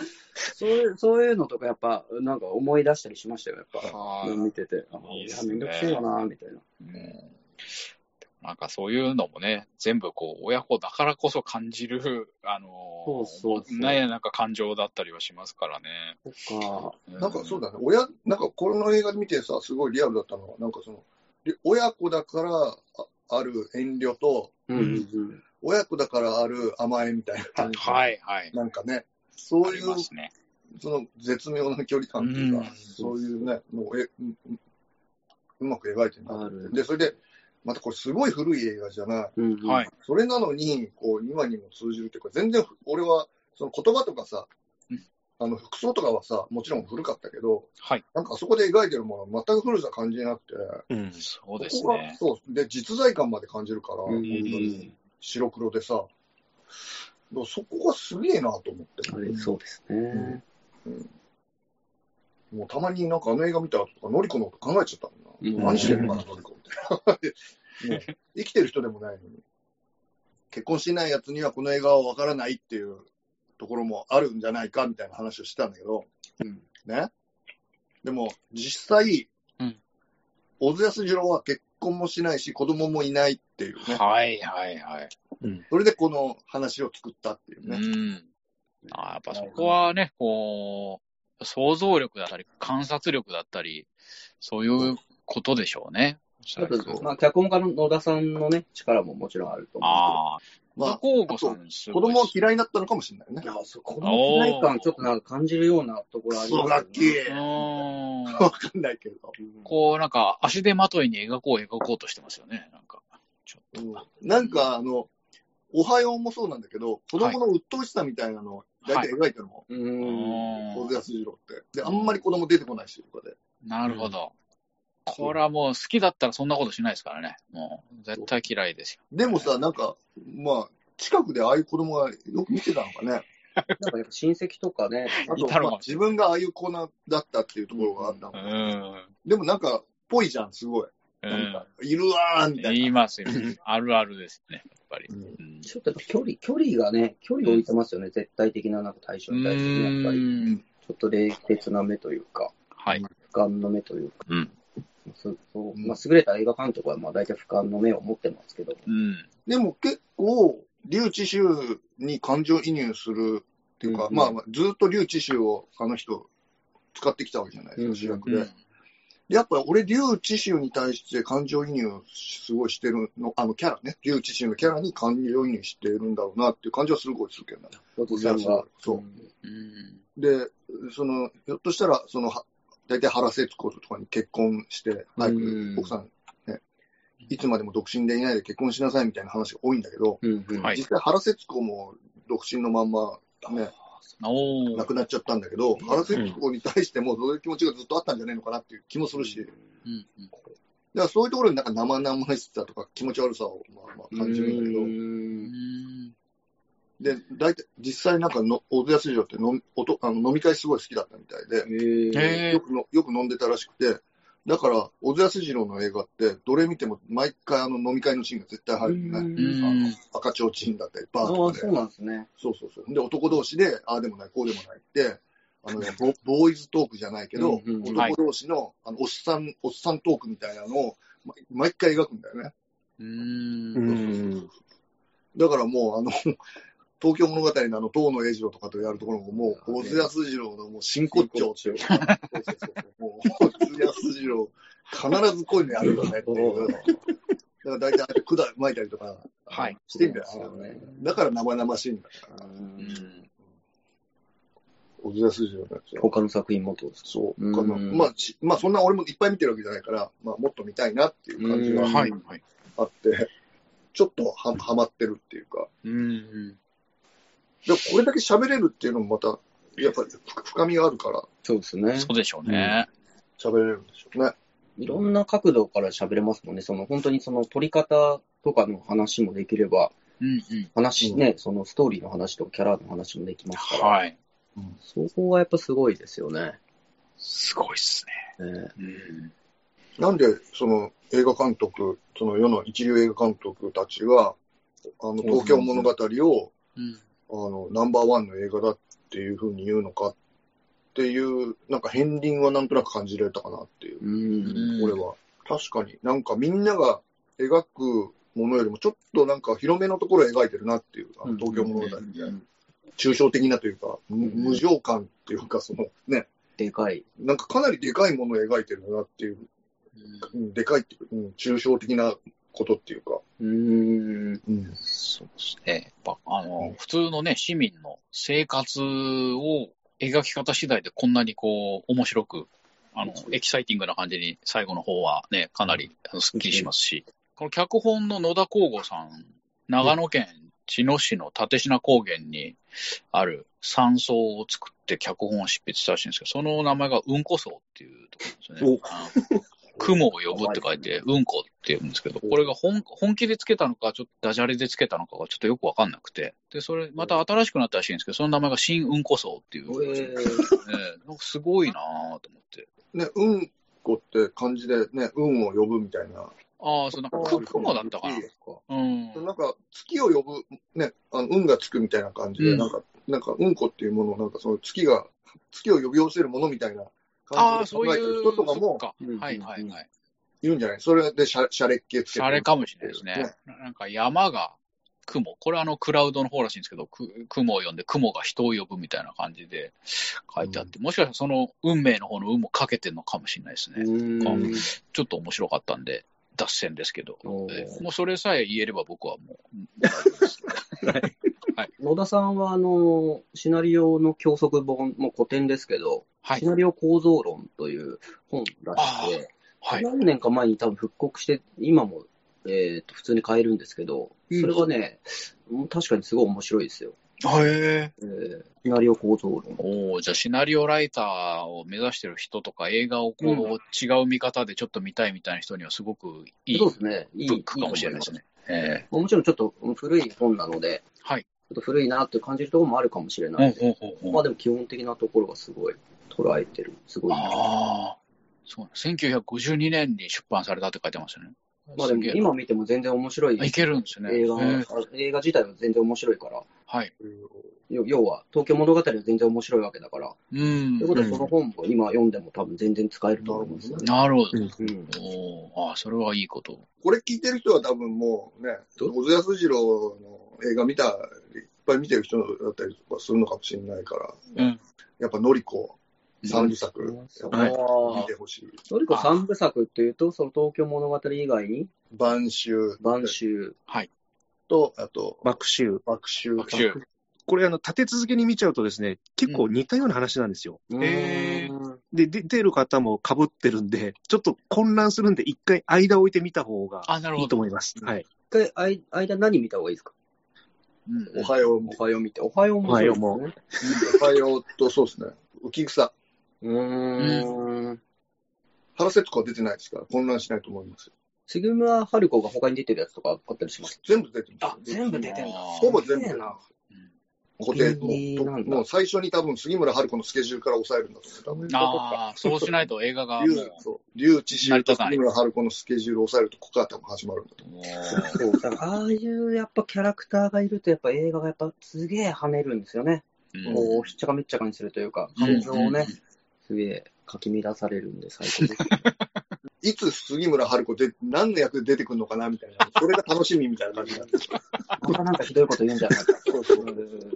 そういう、そういうのとかやっぱ、なんか思い出したりしましたよ、やっぱ。見てて。あいいや、めんどくせえよな、みたいな。 うん。なんかそういうのもね、全部こう、親子だからこそ感じる、あのー、 そうそうそう。 ね、なんか感情だったりはしますからね。 そっか。うん、なんかそうだね。親、なんかこの映画見てさ、すごいリアルだったのは、なんかその、親子だからあ、ある遠慮と、うんうん、親子だからある甘えみたいな。 はいはい。 なんかね、そういう、ね、その絶妙な距離感というか、うん、そういうね、もうえう、うまく描いてるな。で、それで、またこれすごい古い映画じゃない。うんうん、はい。それなのに、こう、今にも通じるっていうか、全然、俺は、その言葉とかさ、うん、あの、服装とかはさ、もちろん古かったけど、はい。なんかあそこで描いてるものは全く古さ感じなくて、うん、そうですね。そう。で、実在感まで感じるから、うん、本当に、白黒でさ、そこがすげえなと思って。 あれ、そうですね。うんうんもうたまになんかあの映画見た後とか、のりこのこと考えちゃったもんな。うん、何してんのかな、のりこみたいな。もう生きてる人でもないのに。結婚してないやつにはこの映画はわからないっていうところもあるんじゃないかみたいな話をしてたんだけど、うん、ね。でも実際、うん、小津安二郎は結婚もしないし子供もいないっていうね。 はいはいはい。 うん、それでこの話を作ったっていうね。うん、 あやっぱそこはね、こう、想像力だったり、観察力だったり、そういうことでしょうね。 あと、まあ、脚本家の野田さんのね、力ももちろんあると思う。ああ。 まあ、子供は嫌いになったのかもしれないね。いや、 そう、子供嫌い感ちょっとなんか感じるようなところありますね。クソガキわかんないけど。 こう、なんか、足手まといに描こう描こうとしてますよね。なんか、 ちょっと。うん、なんか、あの、おはようもそうなんだけど、子供の鬱陶しさみたいなのを大体描いてるの。はい、うん。小津安二郎って。で、あんまり子供出てこないし、とかで。 なるほど。これはもう好きだったらそんなことしないですからね。もう、絶対嫌いですよ。 でもさ、なんか、まあ、近くでああいう子供がよく見てたのかね。 なんかやっぱ親戚とかね。 あと、まあ、自分がああいう子だったっていうところがあったのかな。うん。でもなんか、ぽいじゃん、すごい。なんか、いるわーみたいな。 言いますよ。あるあるですね、やっぱり。 うん、ちょっとやっぱ距離、距離がね、距離を置いてますよね、うん、絶対的ななんか対象に対してね、やっぱり。ちょっと冷徹な目というか、はい。俯瞰の目というか。うん。そうそうまあ、優れた映画監督はまあ大体俯瞰の目を持ってますけど。 うん。でも結構、笠智衆に感情移入するっていうか、うん、まあ、まあ、ずっと笠智衆をあの人使ってきたわけじゃないですか、主役で。うんやっぱ俺、笠智衆に対して感情移入すごいしてるの、あのキャラね、笠智衆のキャラに感情移入してるんだろうなっていう感じはすごいするけどね。そう。うん、で、その、ひょっとしたら、その、大体原節子とかに結婚して、早く奥さん、ね、いつまでも独身でいないで結婚しなさいみたいな話が多いんだけど、うんうん、実際原節子も独身のまんま、ね、亡くなっちゃったんだけど、原節子に対してもそういう気持ちがずっとあったんじゃないのかなっていう気もするし、うんうん、だからそういうところになんか生々しさとか気持ち悪さをまあまあ感じるんだけど、うんで、大体実際なんかの小津安二郎ってのおとあの飲み会すごい好きだったみたいで、よくのよく飲んでたらしくて、だから小津安二郎の映画ってどれ見ても毎回あの飲み会のシーンが絶対入るよね。あの赤ちょうちんだったりバーとかで。 そうなんですね。 そうそうそう。で男同士でああでもないこうでもないって。あの、ね、ボ, ボーイズトークじゃないけど、うんうん、男同士の、はい、あのおっさん、おっさんトークみたいなのを、ま、毎回描くんだよね。うーん。だからもう、あの、東京物語のあの、東野栄二郎とかとやるところも、もう、小津安二郎のもう真骨頂っていう。そうそうそうもう、小津安二郎、必ずこういうのやるよねっていう。だから大体あれ管巻いたりとか、はい、してんだよね。だから生々しいんだから。うん小津安二郎のやつ他の作品もどうですか？ そう。他の、まあ、まあ、そんな俺もいっぱい見てるわけじゃないから、まあ、もっと見たいなっていう感じがあって、ちょっとははまってるっていうか。うんでこれだけ喋れるっていうのもまた、やっぱり深みがあるから。 そうですね。 そうでしょうね。 喋、うん、れるんでしょうね。 いろんな角度から喋れますもんね。その、本当にその撮り方とかの話もできれば、うんうん、話ね、そのストーリーの話とキャラの話もできますから。はい。うん、そこはやっぱすごいですよね。 すごいっすね。ねうん、なんで、その映画監督、その世の一流映画監督たちが、あの、東京物語を、うん、あの、ナンバーワンの映画だっていうふうに言うのかっっていう、なんか片鱗はなんとなく感じられたかなっていう。うん。これは。確かに。なんかみんなが描くものよりもちょっとなんか広めのところを描いてるなっていう、あの東京物語みたいな。抽象的なというか、無、無常感っていうか、そのね。 でかい。 なんかかなりでかいものを描いてるなっていう。うん、でかいっていうか、うん、抽象的なことっていうか。 うーん。 うん、そうですね。やっぱあの、うん、普通のね、市民の生活を描き方次第でこんなにこう、面白く、あの、エキサイティングな感じに最後の方はね、かなりあのスッキリしますし、この脚本の野田光吾さん、長野県茅野市の立科高原にある山荘を作って脚本を執筆したらしいんですけど、その名前がうんこ荘っていうところですね。雲を呼ぶって書いて、うんこって言うんですけど、これが 本, 本気でつけたのか、ちょっとダジャレでつけたのかがちょっとよくわかんなくて、で、それ、また新しくなったらしいんですけど、その名前が新うんこ荘っていう、えーね、なんかすごいなぁと思って。 ね、うんこって漢字でね、運を呼ぶみたいな。 ああ、そう、なんかく雲だったかな。 うん。なんか、月を呼ぶ、ね、あの運がつくみたいな感じで、うん、なんか、なんか、うんこっていうものを、なんかその月が、月を呼び寄せるものみたいな。 ああ、そういう人とかも、はいはいはい。 いるんじゃないそれでシャシャレっ気つけてる。 シャレかもしれないですね。ねなんか山が雲。これはあのクラウドの方らしいんですけど、雲を呼んで雲が人を呼ぶみたいな感じで書いてあって、うん、もしかしたらその運命の方の運もかけてるのかもしれないですね。うんちょっと面白かったんで、脱線ですけど。えー、もうそれさえ言えれば僕はもう大丈夫です。はいはい、野田さんはあのシナリオの教則本も古典ですけど、はい、シナリオ構造論という本らしくて、はい、何年か前に多分復刻して、今も、えー、と普通に買えるんですけど、それはね、うん、確かにすごい面白いですよ。 へえー、シナリオ構造論。 おじゃあシナリオライターを目指してる人とか、映画をこう、うん、違う見方でちょっと見たいみたいな人にはすごくいいブックかもしれないですね。 えー、もちろんちょっと古い本なので、はい、ちょっと古いなって感じるところもあるかもしれないです。まあでも基本的なところがすごい捉えてる。すごい。 ああ。そうせんきゅうひゃくごじゅうにねんに出版されたって書いてますよね。 まあでも今見ても全然面白い。 いけるんですね。 映画、映画自体は全然面白いから。 はい。 要は、東京物語は全然面白いわけだから。うん。ということで、その本も今読んでも多分全然使えると思います、ね。 なるほど。うん、おああ、それはいいこと。 これ聞いてる人は多分もうね、小津安二郎の映画見たり、いっぱい見てる人だったりとかするのかもしれないから。うん。やっぱ、のりこ。三部作、はい、見てほしい。 のりこ三部作っていうと、その東京物語以外に晩秋。 晩秋。 はい。 と、あと、 爆秋。 爆秋。 爆秋。 これ、あの、立て続けに見ちゃうとですね、結構似たような話なんですよ。 うん、へー。 で、出てる方も被ってるんで、ちょっと混乱するんで、一回間を置いてみた方がいいと思います。はい。 一回、間何見た方がいいですか？ うん、おはよう。 おはよう見て。おはようも、 ね。おはようも。 おはようと、そうですね。浮草。 うーん。 原節子は出てないですから、混乱しないと思います。 杉村春子が他に出てるやつとかあったりします？ 全部出てる。 あ、全部出てるんだ。 ほぼ全部出てる。固定もう、もう最初に多分杉村春子のスケジュールから抑えるんだと思う。 ああ、そうしないと映画がもう。 龍智秀と杉村春子のスケジュールを抑えると、ここから多分始まるんだと思う。 そうだからああいうやっぱキャラクターがいると、やっぱ映画がやっぱすげえ跳ねるんですよね。うん、こう、しっちゃかめっちゃかにするというか、感情をね、うん、すげえかき乱されるんで、最高です。 いつ杉村春子で何の役で出てくるのかなみたいな、それが楽しみみたいな感じなんですよ。 またなんかひどいこと言うんじゃないか。そうそう。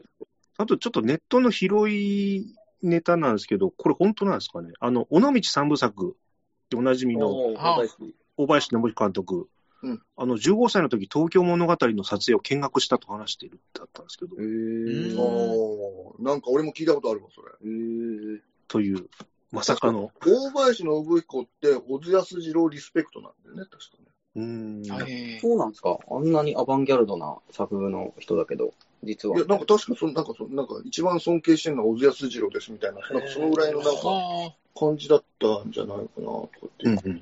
あとちょっとネットの広いネタなんですけど、これ本当なんですかね。あの、尾道三部作でおなじみの大林信彦監督。うん、あの、じゅうごさいの時、東京物語の撮影を見学したと話しているってあったんですけど。 へー。あなんか俺も聞いたことあるわ、それ。へー。という、まさかの。 大林信彦って、小津安二郎リスペクトなんだよね、確かね。 うーん。そうなんですか。あんなにアバンギャルドな作風の人だけど、実は。 いや、なんか確かその、なんかその、なんか一番尊敬してるのは小津安二郎ですみたいな、なんかそのぐらいのなんか感じだったんじゃないかな、とかっていう、うんうん。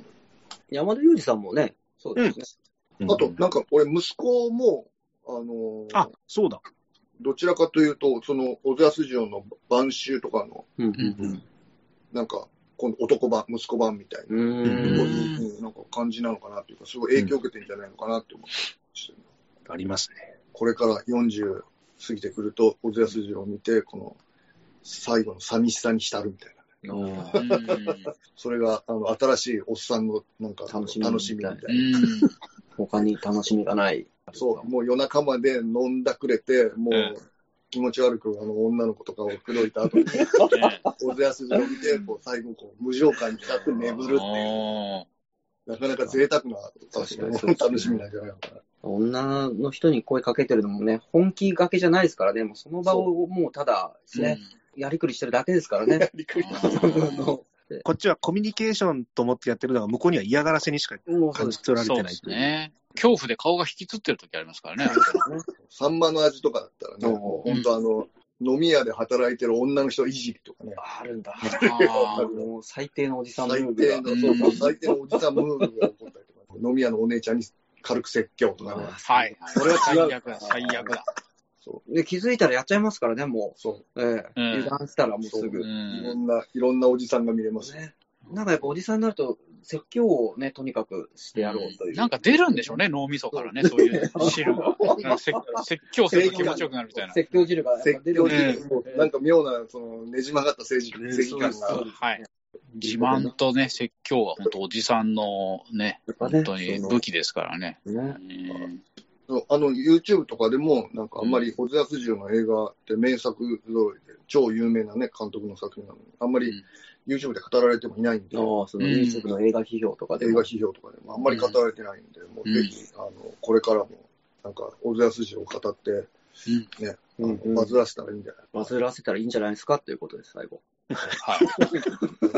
山田裕二さんもね、そうですね。 うん、あと、なんか俺、息子も、あのー、 あ、そうだ。 どちらかというと、その、小津安二郎の晩秋とかの、うんうんうん、なんか、この男版、息子版みたいな、うん、なんか感じなのかなっていうか、すごい影響を受けてるんじゃないのかなって思ってしてる、 うん、ありますね。 これからよんじゅう過ぎてくると、小津安二郎を見て、この、 最後の寂しさに浸るみたいな。それがあの新しいおっさんのなんか楽しみ、楽しみみたいな。 他に楽しみがない。 そう、もう夜中まで飲んだくれて、もう気持ち悪くあの女の子とかを口説いた後に、小津安二を見て、こう最後こう無情感に浸って眠るっていう。なかなか贅沢な楽しみなんじゃないのかな。 女の人に声かけてるのもね、本気がけじゃないですからね、もうその場をもうただね、やりくりしてるだけですからね。やりくりこっちはコミュニケーションと思ってやってるのが向こうには嫌がらせにしか感じ取られてない。 そうですね。恐怖で顔が引きつってる時ありますからね。 サンマの味とかだったらね、本当あの、飲み屋で働いてる女の人いじりとかね。 あるんだ。あもう最低のおじさんムーブが。 最低の、そうそう、最低のおじさんムーブが起こったりとか、飲み屋のお姉ちゃんに軽く説教とかね。 はい。 それは違う。 最悪だ、最悪だ。 そうで気づいたらやっちゃいますからね、もう。 そう。 ええ、油断したらもうすぐ。 いろんな、いろんなおじさんが見れますね。 なんかやっぱおじさんになると、説教をね、とにかくしてやろうという。うん、 なんか出るんでしょうね、脳みそからね、そういう汁が。説教すると気持ちよくなるみたいな。 説教汁が出る。 なんか妙な、その、ねじ曲がった正義感が。 はい。自慢とね、説教は本当おじさんのね、本当に武器ですからね。 あの、YouTube とかでも、なんかあんまり小津安二の映画って名作揃いで、超有名なね、監督の作品なのに、あんまり YouTube で語られてもいないんで。 ああ、その YouTube の映画批評とかで映画批評とかでもあんまり語られてないんで、もうぜひ、あの、これからも、なんか、小津安二を語って、ね、バズらせたらいいんじゃないバズらせたらいいんじゃないですかっていうことです、最後。 はい。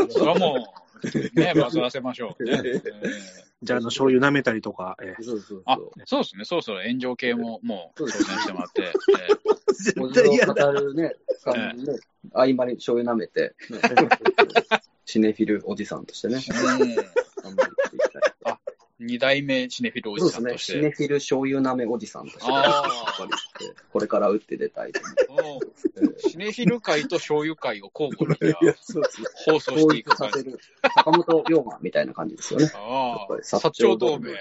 それはもう、ね、バズらせましょう。 じゃあ、あの、醤油舐めたりとか。 えー、そうそうそう。 あ、そうですね。そろそろ炎上系ももう挑戦してもらって。 絶対嫌だ。語るね、ね、合間に醤油舐めて、ね、シネフィルおじさんとしてね。頑張っていきたい。 あ、二代目シネフィルおじさんとして。 そうですね。シネフィル醤油舐めおじさんとして、これから打って出たいと思う。 シネフィル界と醤油界を交互に放送していく感じ。 坂本龍馬みたいな感じですよね。 ああ、薩長同盟。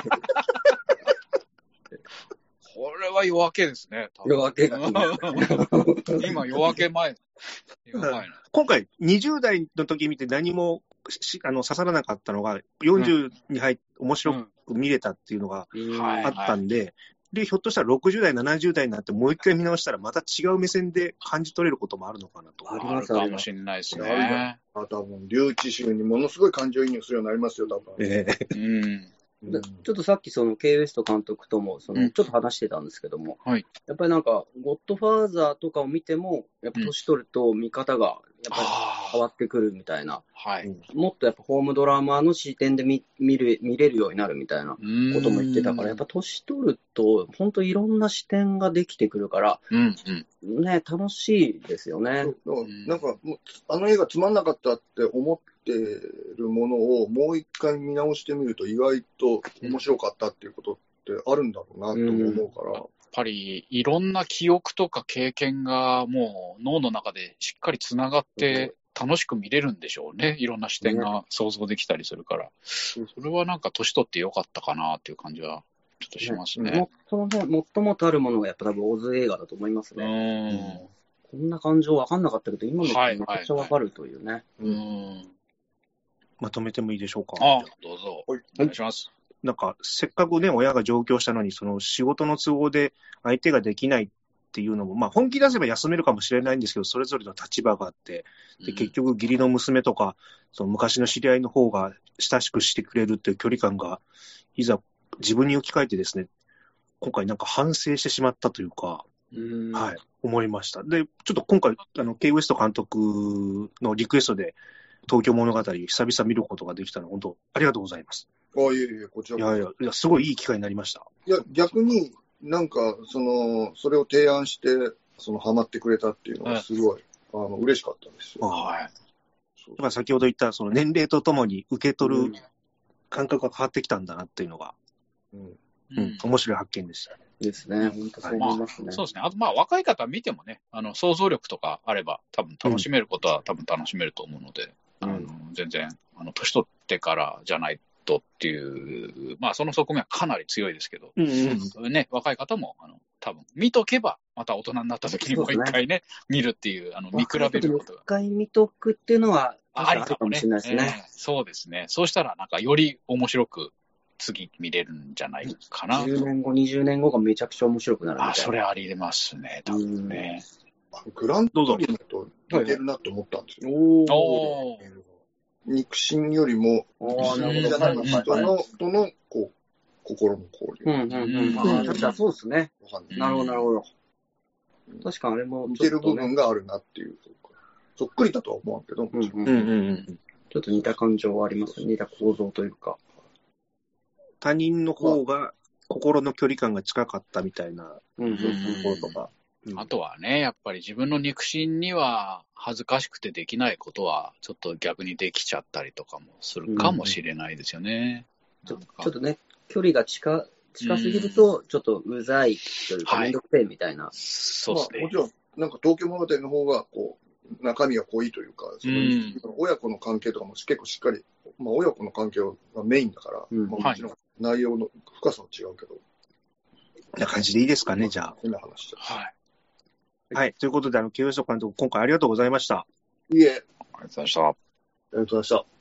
これは夜明けですね。 夜明けが。 今夜明け前。 今回にじゅう代の時見て何もあの刺さらなかったのがよんじゅうに入って面白く見れたっていうのがあったんで、で、ひょっとしたらろくじゅう代、ななじゅう代になってもう一回見直したらまた違う目線で感じ取れることもあるのかなと。 あるかもしれないですね。 あ、多分、留置集にものすごい感情移入するようになりますよ、多分。 ええうんちょっとさっきその K ウエスト監督ともそのちょっと話してたんですけども、 うんはい、 やっぱりなんかゴッドファーザーとかを見てもやっぱ年取ると見方がやっぱり変わってくるみたいな、 はい、 もっとやっぱホームドラマーの視点で 見, 見, る見れるようになるみたいなことも言ってたから、やっぱ年取ると本当いろんな視点ができてくるから、 うんうん、 ね、楽しいですよね。 なんかあの映画つまんなかったって思ってるものをもう一回見直してみると意外と面白かったっていうことってあるんだろうなと思うから、うん、 やっぱりいろんな記憶とか経験がもう脳の中でしっかりつながって楽しく見れるんでしょうね。いろんな視点が想像できたりするから、ね、それはなんか年取ってよかったかなっていう感じはちょっとしますね。 ね、最も最もたるものがやっぱ多分オズ映画だと思いますね。うん、こんな感情分かんなかったけど今のめちゃくちゃ分かるというね。 はいはいはい、うんまとめてもいいでしょうか。 ああ、どうぞ。お願いします。 なんか、せっかくね、親が上京したのに、その仕事の都合で相手ができないっていうのも、まあ、本気出せば休めるかもしれないんですけど、それぞれの立場があって、で結局、義理の娘とか、その昔の知り合いの方が親しくしてくれるっていう距離感が、いざ自分に置き換えてですね、今回なんか反省してしまったというか、 うんはい、思いました。で、ちょっと今回、あの、K ウエスト監督のリクエストで、東京物語、久々見ることができたの、本当、ありがとうございます。 ああ、いえいえ、こちらいやいや、いや、すごいいい機会になりました。 いや、逆になんか、その、それを提案して、その、ハマってくれたっていうのは、すごい、うん、あの、嬉しかったですよ。 はい。だから先ほど言った、その、年齢とともに受け取る感覚が変わってきたんだなっていうのが、うん、うんうん、面白い発見でした。 ですね。本当そう思いますね。 まあ、そうですね。あと、まあ、若い方見てもね、あの、想像力とかあれば、多分楽しめることは多分楽しめると思うので、うん、あの全然、あの、年取ってからじゃないトっていう、まあその側面はかなり強いですけど、 うんうん、 ね、若い方も、あの、多分見とけば、また大人になった時にもう一回ね、ね見るっていう、あの、見比べることが。 一回見とくっていうのは、 ありかもね。 しれないですね、 えー。そうですね。そうしたら、なんかより面白く、次見れるんじゃないかな。 じゅうねんご、にじゅうねんごがめちゃくちゃ面白くなるみたいな。 あ、それありますね、多分ね。 グラントリノと似てるなと思ったんですよ。 おー。 肉親よりも、肉親じゃない人の、との、こう、心の交流。 うんうんうん。まあ、確かそうですね。なるほど、なるほど。確かあれも、 似てる部分があるなっていう。そっくりだとは思うけど。 うんうんうん。ちょっと似た感情はありますね。似た構造というか。 他人の方が心の距離感が近かったみたいなところとか。 あとはね、やっぱり自分の肉親には恥ずかしくてできないことは、ちょっと逆にできちゃったりとかもするかもしれないですよね。 うん、ちょちょっとね、距離が近、近すぎると、ちょっとうざいというか、めんどくせえみたいな。はい、 そうですね。 まあ、もちろん、なんか東京物語の方が、こう、中身が濃いというか、その、うん、親子の関係とかも結構しっかり、まあ親子の関係がメインだから、うん、まあ、もちろん内容の深さは違うけど。こんな感じでいいですかね、じゃあ。 こんな話して。 はい。 はい。ということで、あの、清吉監督、今回ありがとうございました。 いえ。 ありがとうございました。ありがとうございました。